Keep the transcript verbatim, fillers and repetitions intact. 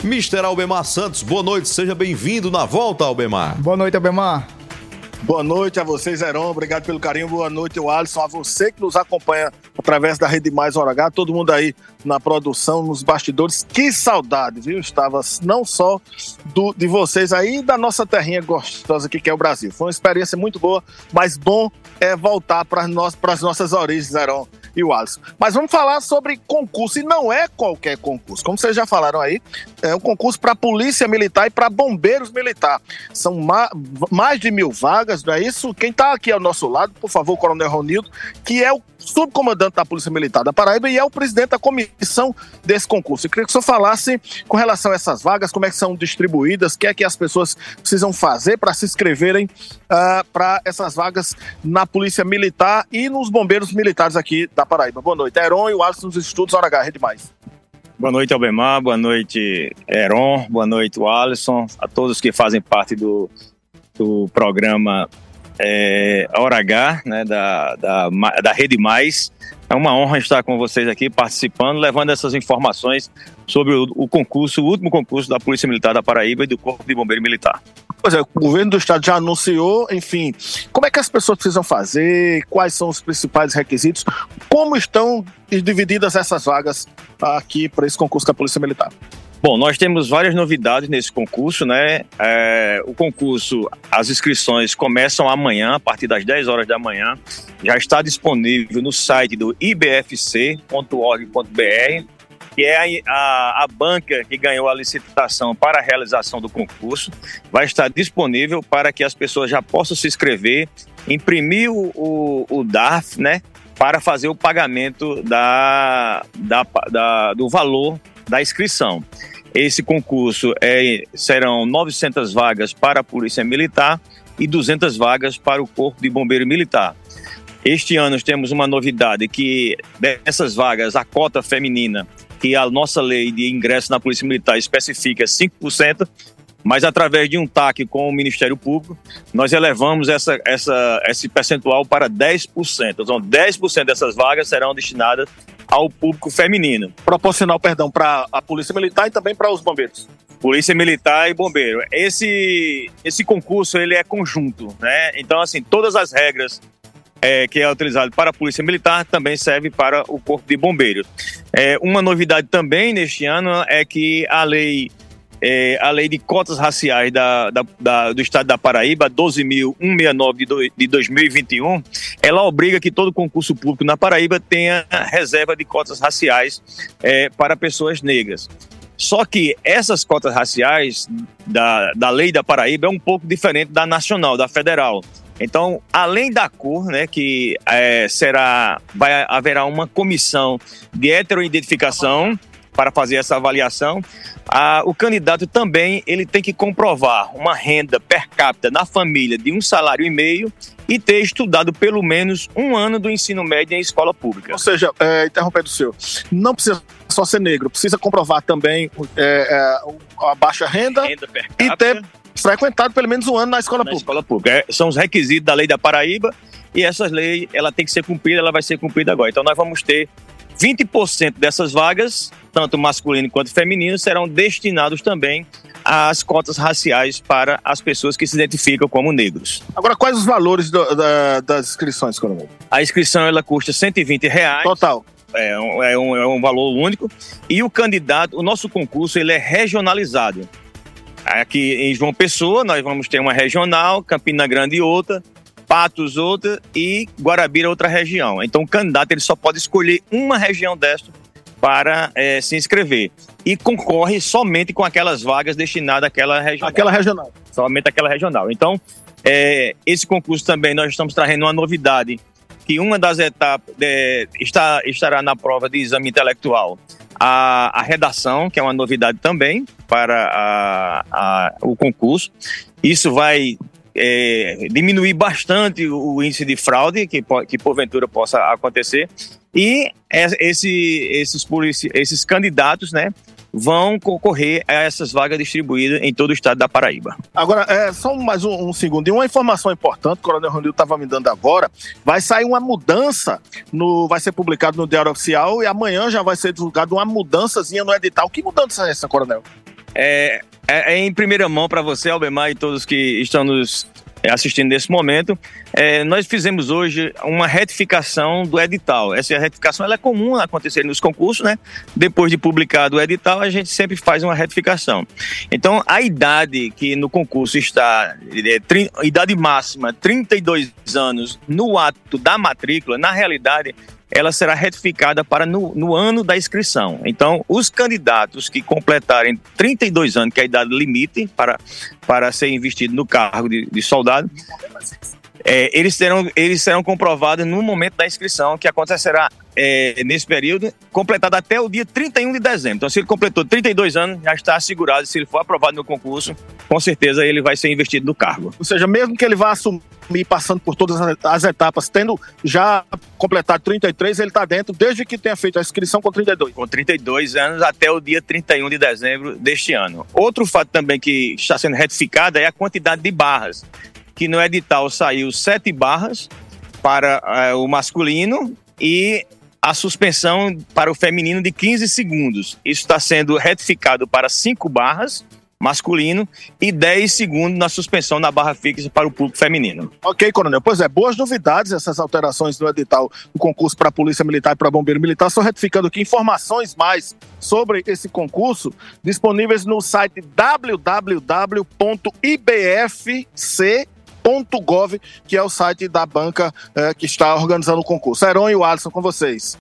mister Albemar Santos, boa noite, seja bem-vindo na volta, Albemar. Boa noite, Albemar. Boa noite a vocês, Heron, obrigado pelo carinho, boa noite, o Alisson, a você que nos acompanha através da Rede Mais Hora H, todo mundo aí na produção, nos bastidores, que saudade, viu? Estava não só do, de vocês aí, da nossa terrinha gostosa aqui que é o Brasil. Foi uma experiência muito boa, mas bom é voltar para as nossas origens, Heron e o Alisson. Mas vamos falar sobre concurso, e não é qualquer concurso, como vocês já falaram aí, é um concurso para Polícia Militar e para Bombeiros Militar. São ma- mais de mil vagas, não é isso? Quem está aqui ao nosso lado, por favor, o Coronel Ronildo, que é o subcomandante da Polícia Militar da Paraíba e é o presidente da comissão desse concurso. Eu queria que o senhor falasse com relação a essas vagas, como é que são distribuídas, o que é que as pessoas precisam fazer para se inscreverem uh, para essas vagas na Polícia Militar e nos Bombeiros Militares aqui da Paraíba. Boa noite, Heron e o Alisson nos Estudos Hora H, Rede Mais. Boa noite, Albemar, boa noite, Heron, boa noite, o Alisson, a todos que fazem parte do, do programa É, Hora H, né, da, da, da Rede Mais. É uma honra estar com vocês aqui participando, levando essas informações sobre o, o concurso, o último concurso da Polícia Militar da Paraíba e do Corpo de Bombeiro Militar. Pois é, o governo do estado já anunciou, enfim, como é que as pessoas precisam fazer, quais são os principais requisitos, como estão divididas essas vagas aqui para esse concurso da Polícia Militar? Bom, nós temos várias novidades nesse concurso, né? É, o concurso, as inscrições começam amanhã, a partir das dez horas da manhã. Já está disponível no site do i b f c ponto org ponto b r, que é a, a, a banca que ganhou a licitação para a realização do concurso. Vai estar disponível para que as pessoas já possam se inscrever, imprimir o, o, o D A R F, né? Para fazer o pagamento da, da, da, do valor da inscrição. Esse concurso é, serão novecentas vagas para a Polícia Militar e duzentas vagas para o Corpo de Bombeiro Militar. Este ano temos uma novidade, que dessas vagas, a cota feminina, que a nossa lei de ingresso na Polícia Militar especifica cinco por cento, mas através de um T A C com o Ministério Público, nós elevamos essa, essa, esse percentual para dez por cento. Então, dez por cento dessas vagas serão destinadas ao público feminino. Proporcional, perdão, para a Polícia Militar e também para os bombeiros. Polícia Militar e Bombeiro. Esse, esse concurso, ele é conjunto, né? Então, assim, todas as regras é, que é utilizado para a Polícia Militar também serve para o Corpo de Bombeiros. É, uma novidade também neste ano é que a lei, é, a lei de cotas raciais da, da, da, do estado da Paraíba, doze mil cento e sessenta e nove de dois mil e vinte e um, ela obriga que todo concurso público na Paraíba tenha reserva de cotas raciais é, para pessoas negras. Só que essas cotas raciais da, da lei da Paraíba é um pouco diferente da nacional, da federal. Então, além da cor, né, que é, será, vai, haverá uma comissão de heteroidentificação para fazer essa avaliação, a, o candidato também ele tem que comprovar uma renda per capita na família de um salário e meio e ter estudado pelo menos um ano do ensino médio em escola pública. Ou seja, é, interrompendo o senhor, não precisa só ser negro, precisa comprovar também é, é, a baixa renda, renda per capita, e ter frequentado pelo menos um ano na escola na pública. Escola pública. É, são os requisitos da lei da Paraíba e essa lei ela tem que ser cumprida, ela vai ser cumprida agora. Então nós vamos ter vinte por cento dessas vagas, tanto masculino quanto feminino, serão destinados também às cotas raciais para as pessoas que se identificam como negros. Agora, quais os valores do, da, das inscrições, coronel? A inscrição ela custa cento e vinte reais. Total. É um, é, um, é um valor único. E o candidato, o nosso concurso, ele é regionalizado. Aqui em João Pessoa, nós vamos ter uma regional, Campina Grande outra, Patos outra e Guarabira outra região. Então o candidato ele só pode escolher uma região desta para é, se inscrever. E concorre somente com aquelas vagas destinadas àquela regional. Aquela regional. Somente aquela regional. Então, é, esse concurso também nós estamos trazendo uma novidade, que uma das etapas é, está, estará na prova de exame intelectual a, a redação, que é uma novidade também para a, a, o concurso. Isso vai é, diminuir bastante o índice de fraude que, que porventura possa acontecer. E esse, esses, polici- esses candidatos, né, vão concorrer a essas vagas distribuídas em todo o estado da Paraíba. Agora, é, só mais um, um segundo. E uma informação importante, o Coronel Ronildo estava me dando agora, vai sair uma mudança, no, vai ser publicado no Diário Oficial e amanhã já vai ser divulgado uma mudançazinha no edital. Que mudança é essa, Coronel? É, é, é em primeira mão para você, Albemar, e todos que estão nos assistindo nesse momento. É, nós fizemos hoje uma retificação do edital. Essa retificação ela é comum acontecer nos concursos, né? Depois de publicado o edital, a gente sempre faz uma retificação. Então, a idade que no concurso está, é, tri, idade máxima, trinta e dois anos no ato da matrícula, na realidade, ela será retificada para no, no ano da inscrição. Então, os candidatos que completarem trinta e dois anos, que é a idade limite para, para ser investido no cargo de, de soldado, é, eles, serão, eles serão comprovados no momento da inscrição, que acontecerá é, nesse período, completado até o dia trinta e um de dezembro. Então, se ele completou trinta e dois anos, já está assegurado, se ele for aprovado no concurso, com certeza ele vai ser investido no cargo. Ou seja, mesmo que ele vá assumir passando por todas as etapas, tendo já completado trinta e três, ele está dentro, desde que tenha feito a inscrição com trinta e dois. Com trinta e dois anos até o dia trinta e um de dezembro deste ano. Outro fato também que está sendo retificado é a quantidade de barras, que no edital saiu sete barras para uh, o masculino e a suspensão para o feminino de quinze segundos. Isso está sendo retificado para cinco barras masculino e dez segundos na suspensão na barra fixa para o público feminino. Ok, coronel. Pois é, boas novidades essas alterações no edital do concurso para a Polícia Militar e para Bombeiro Militar. Só retificando aqui informações mais sobre esse concurso disponíveis no site w w w ponto i b f c ponto gov, que é o site da banca eh, que está organizando o concurso. Heron e o Alisson, com vocês.